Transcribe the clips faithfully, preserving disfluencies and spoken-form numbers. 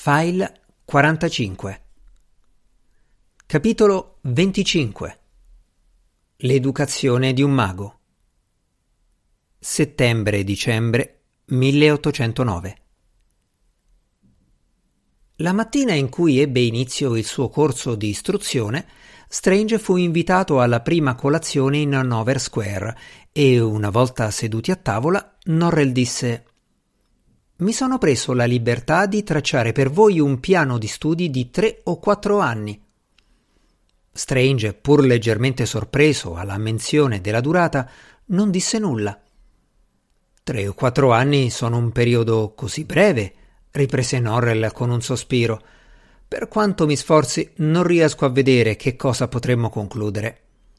File quarantacinque. Capitolo venticinque. L'educazione di un mago. Settembre-dicembre milleottocentonove. La mattina in cui ebbe inizio il suo corso di istruzione, Strange fu invitato alla prima colazione in Hanover Square e, una volta seduti a tavola, Norrell disse: «Mi sono preso la libertà di tracciare per voi un piano di studi di tre o quattro anni». Strange, pur leggermente sorpreso alla menzione della durata, non disse nulla. «Tre o quattro anni sono un periodo così breve», riprese Norrell con un sospiro. «Per quanto mi sforzi, non riesco a vedere che cosa potremmo concludere».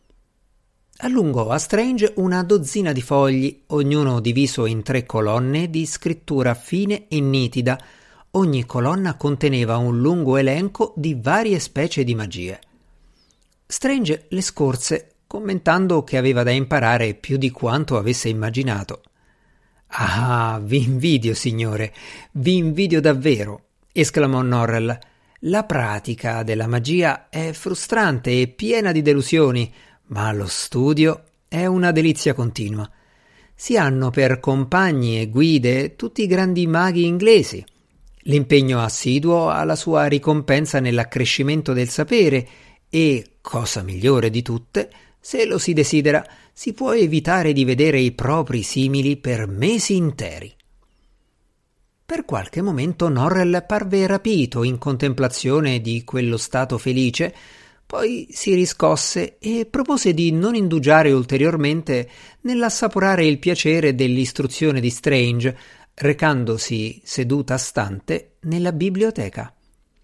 Allungò a Strange una dozzina di fogli, ognuno diviso in tre colonne di scrittura fine e nitida. Ogni colonna conteneva un lungo elenco di varie specie di magie. Strange le scorse, commentando che aveva da imparare più di quanto avesse immaginato. «Ah, vi invidio, signore, vi invidio davvero», esclamò Norrell. «La pratica della magia è frustrante e piena di delusioni, ma lo studio è una delizia continua. Si hanno per compagni e guide tutti i grandi maghi inglesi. L'impegno assiduo ha la sua ricompensa nell'accrescimento del sapere e, cosa migliore di tutte, se lo si desidera, si può evitare di vedere i propri simili per mesi interi». Per qualche momento Norrell parve rapito in contemplazione di quello stato felice, poi si riscosse e propose di non indugiare ulteriormente nell'assaporare il piacere dell'istruzione di Strange, recandosi seduta stante nella biblioteca.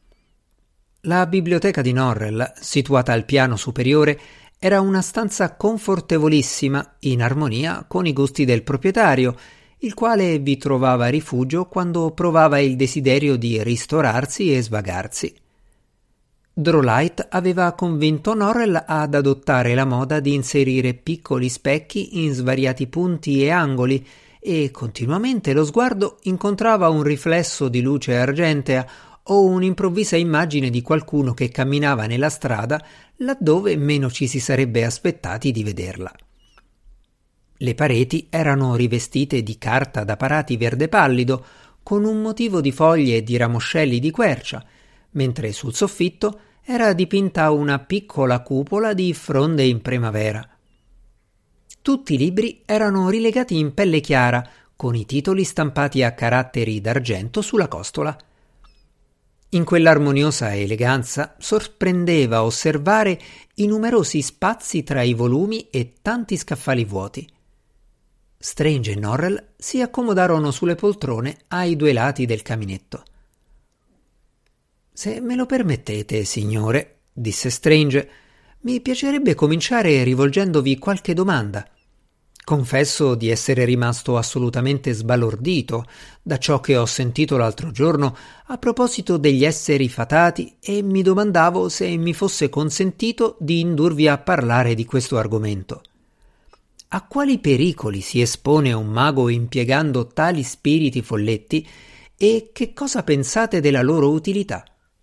La biblioteca di Norrell, situata al piano superiore, era una stanza confortevolissima, in armonia con i gusti del proprietario, il quale vi trovava rifugio quando provava il desiderio di ristorarsi e svagarsi. Drolight aveva convinto Norrell ad adottare la moda di inserire piccoli specchi in svariati punti e angoli, e continuamente lo sguardo incontrava un riflesso di luce argentea o un'improvvisa immagine di qualcuno che camminava nella strada laddove meno ci si sarebbe aspettati di vederla. Le pareti erano rivestite di carta da parati verde pallido, con un motivo di foglie e di ramoscelli di quercia, mentre sul soffitto era dipinta una piccola cupola di fronde in primavera. Tutti i libri erano rilegati in pelle chiara, con i titoli stampati a caratteri d'argento sulla costola. In quell'armoniosa eleganza sorprendeva osservare i numerosi spazi tra i volumi e tanti scaffali vuoti. Strange e Norrell si accomodarono sulle poltrone ai due lati del caminetto. «Se me lo permettete, signore», disse Strange, «mi piacerebbe cominciare rivolgendovi qualche domanda. Confesso di essere rimasto assolutamente sbalordito da ciò che ho sentito l'altro giorno a proposito degli esseri fatati e mi domandavo se mi fosse consentito di indurvi a parlare di questo argomento. A quali pericoli si espone un mago impiegando tali spiriti folletti e che cosa pensate della loro utilità?»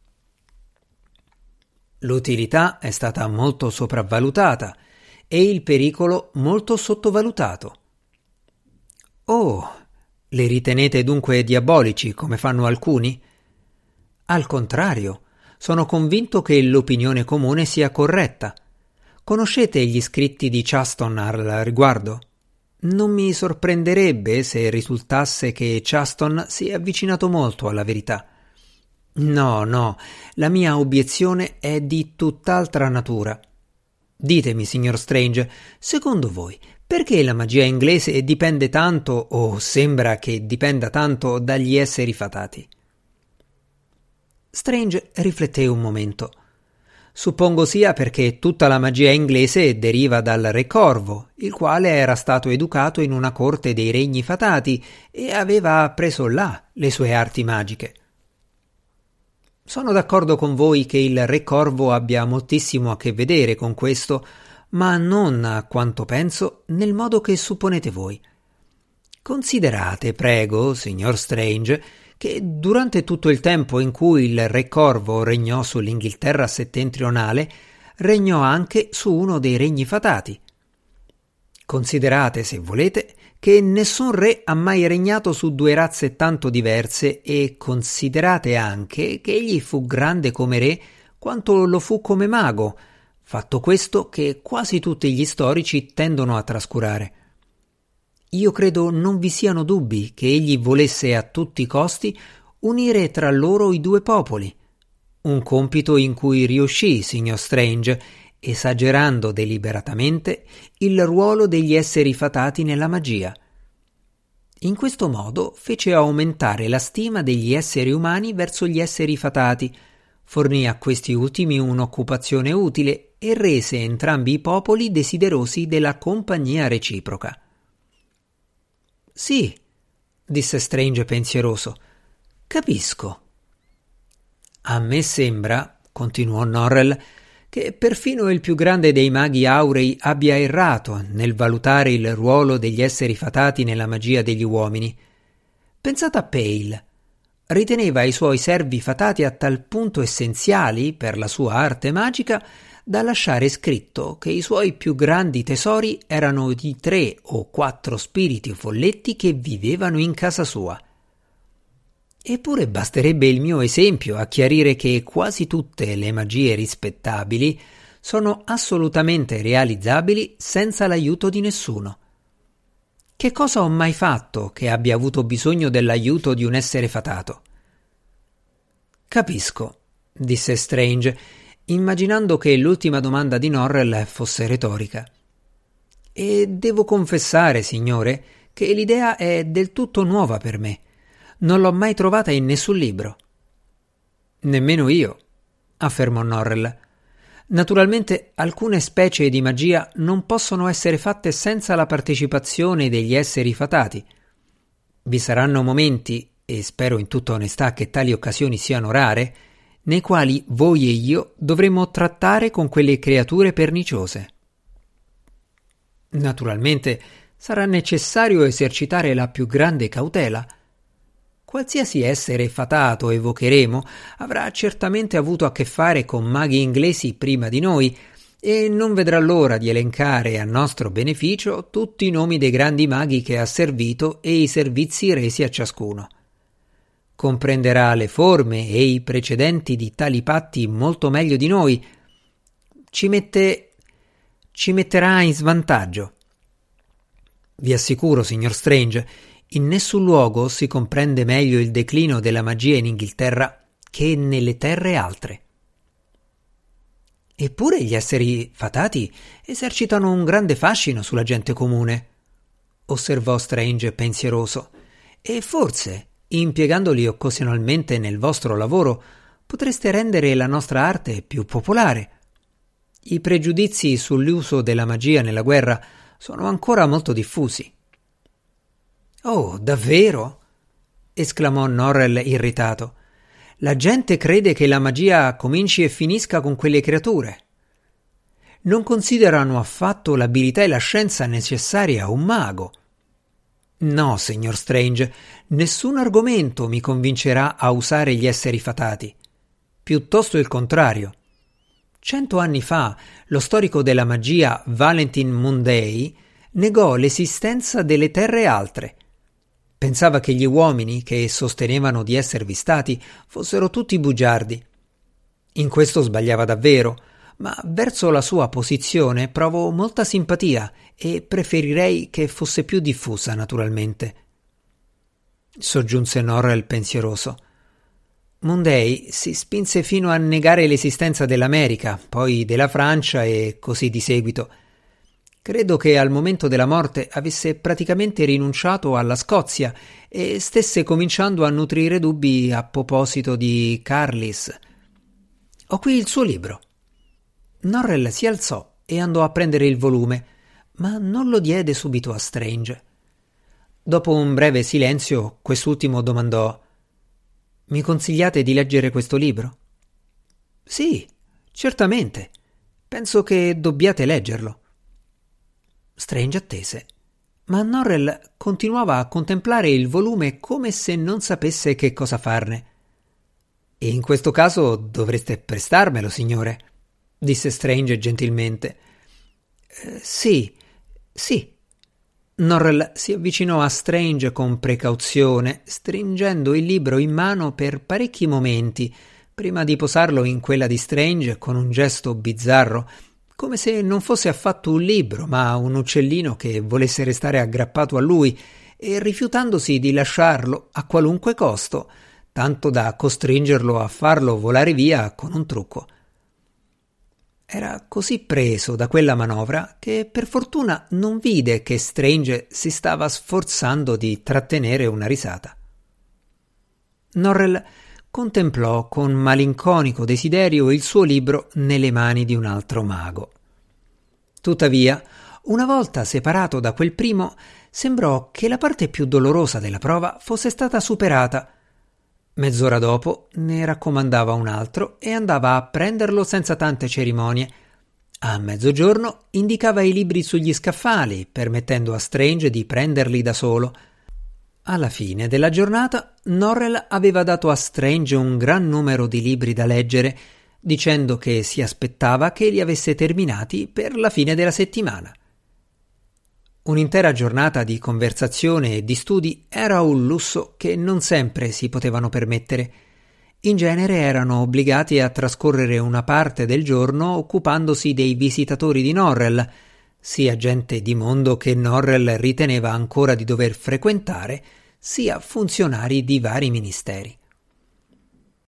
«L'utilità è stata molto sopravvalutata e il pericolo molto sottovalutato». «Oh, li ritenete dunque diabolici come fanno alcuni?» «Al contrario, sono convinto che l'opinione comune sia corretta. Conoscete gli scritti di Chaston al riguardo? Non mi sorprenderebbe se risultasse che Chaston si è avvicinato molto alla verità. No, no, la mia obiezione è di tutt'altra natura. Ditemi, signor Strange, secondo voi, perché la magia inglese dipende tanto, o sembra che dipenda tanto, dagli esseri fatati?» Strange rifletté un momento. «Suppongo sia perché tutta la magia inglese deriva dal Re Corvo, il quale era stato educato in una corte dei regni fatati e aveva appreso là le sue arti magiche. Sono d'accordo con voi che il Re Corvo abbia moltissimo a che vedere con questo, ma non, a quanto penso, nel modo che supponete voi. Considerate, prego, signor Strange, che durante tutto il tempo in cui il Re Corvo regnò sull'Inghilterra settentrionale, regnò anche su uno dei regni fatati. Considerate, se volete, che nessun re ha mai regnato su due razze tanto diverse e considerate anche che egli fu grande come re quanto lo fu come mago, fatto questo che quasi tutti gli storici tendono a trascurare. Io credo non vi siano dubbi che egli volesse a tutti i costi unire tra loro i due popoli, un compito in cui riuscì, signor Strange, esagerando deliberatamente il ruolo degli esseri fatati nella magia. In questo modo fece aumentare la stima degli esseri umani verso gli esseri fatati, fornì a questi ultimi un'occupazione utile e rese entrambi i popoli desiderosi della compagnia reciproca. Sì, disse Strange pensieroso, capisco. A me sembra, continuò Norrell, che perfino il più grande dei maghi aurei abbia errato nel valutare il ruolo degli esseri fatati nella magia degli uomini. Pensate a Pale. Riteneva i suoi servi fatati a tal punto essenziali per la sua arte magica da lasciare scritto che i suoi più grandi tesori erano di tre o quattro spiriti folletti che vivevano in casa sua. Eppure basterebbe il mio esempio a chiarire che quasi tutte le magie rispettabili sono assolutamente realizzabili senza l'aiuto di nessuno. Che cosa ho mai fatto che abbia avuto bisogno dell'aiuto di un essere fatato? Capisco, disse Strange, immaginando che l'ultima domanda di Norrell fosse retorica. E devo confessare, signore, che l'idea è del tutto nuova per me. Non l'ho mai trovata in nessun libro. Nemmeno io, affermò Norrell. Naturalmente alcune specie di magia non possono essere fatte senza la partecipazione degli esseri fatati. Vi saranno momenti, e spero in tutta onestà che tali occasioni siano rare, nei quali voi e io dovremo trattare con quelle creature perniciose. Naturalmente sarà necessario esercitare la più grande cautela. Qualsiasi essere fatato evocheremo avrà certamente avuto a che fare con maghi inglesi prima di noi e non vedrà l'ora di elencare a nostro beneficio tutti i nomi dei grandi maghi che ha servito e i servizi resi a ciascuno. Comprenderà le forme e i precedenti di tali patti molto meglio di noi. Ci mette... ci metterà in svantaggio. Vi assicuro, signor Strange, in nessun luogo si comprende meglio il declino della magia in Inghilterra che nelle terre altre. Eppure gli esseri fatati esercitano un grande fascino sulla gente comune, osservò Strange pensieroso, e forse, impiegandoli occasionalmente nel vostro lavoro, potreste rendere la nostra arte più popolare. I pregiudizi sull'uso della magia nella guerra sono ancora molto diffusi. Oh, davvero? Esclamò Norrell irritato. La gente crede che la magia cominci e finisca con quelle creature. Non considerano affatto l'abilità e la scienza necessarie a un mago. No, signor Strange, nessun argomento mi convincerà a usare gli esseri fatati. Piuttosto il contrario. Cento anni fa, lo storico della magia Valentin Mundei negò l'esistenza delle terre altre. Pensava che gli uomini che sostenevano di esservi stati fossero tutti bugiardi. In questo sbagliava davvero, ma verso la sua posizione provo molta simpatia e preferirei che fosse più diffusa, naturalmente. Soggiunse Norrell pensieroso. Mundei si spinse fino a negare l'esistenza dell'America, poi della Francia e così di seguito. Credo che al momento della morte avesse praticamente rinunciato alla Scozia e stesse cominciando a nutrire dubbi a proposito di Carlis. Ho qui il suo libro. Norrell si alzò e andò a prendere il volume, ma non lo diede subito a Strange. Dopo un breve silenzio, quest'ultimo domandò: «Mi consigliate di leggere questo libro?» «Sì, certamente. Penso che dobbiate leggerlo». Strange attese. Ma Norrell continuava a contemplare il volume come se non sapesse che cosa farne. «E in questo caso dovreste prestarmelo, signore», disse Strange gentilmente. Eh, «Sì, sì». Norrell si avvicinò a Strange con precauzione, stringendo il libro in mano per parecchi momenti, prima di posarlo in quella di Strange con un gesto bizzarro, come se non fosse affatto un libro, ma un uccellino che volesse restare aggrappato a lui, e rifiutandosi di lasciarlo a qualunque costo, tanto da costringerlo a farlo volare via con un trucco. Era così preso da quella manovra che per fortuna non vide che Strange si stava sforzando di trattenere una risata. Norrell contemplò con malinconico desiderio il suo libro nelle mani di un altro mago. Tuttavia, una volta separato da quel primo, sembrò che la parte più dolorosa della prova fosse stata superata. Mezz'ora dopo ne raccomandava un altro e andava a prenderlo senza tante cerimonie. A mezzogiorno indicava i libri sugli scaffali, permettendo a Strange di prenderli da solo. Alla fine della giornata Norrell aveva dato a Strange un gran numero di libri da leggere, dicendo che si aspettava che li avesse terminati per la fine della settimana. Un'intera giornata di conversazione e di studi era un lusso che non sempre si potevano permettere. In genere erano obbligati a trascorrere una parte del giorno occupandosi dei visitatori di Norrell, sia gente di mondo che Norrell riteneva ancora di dover frequentare, sia funzionari di vari ministeri.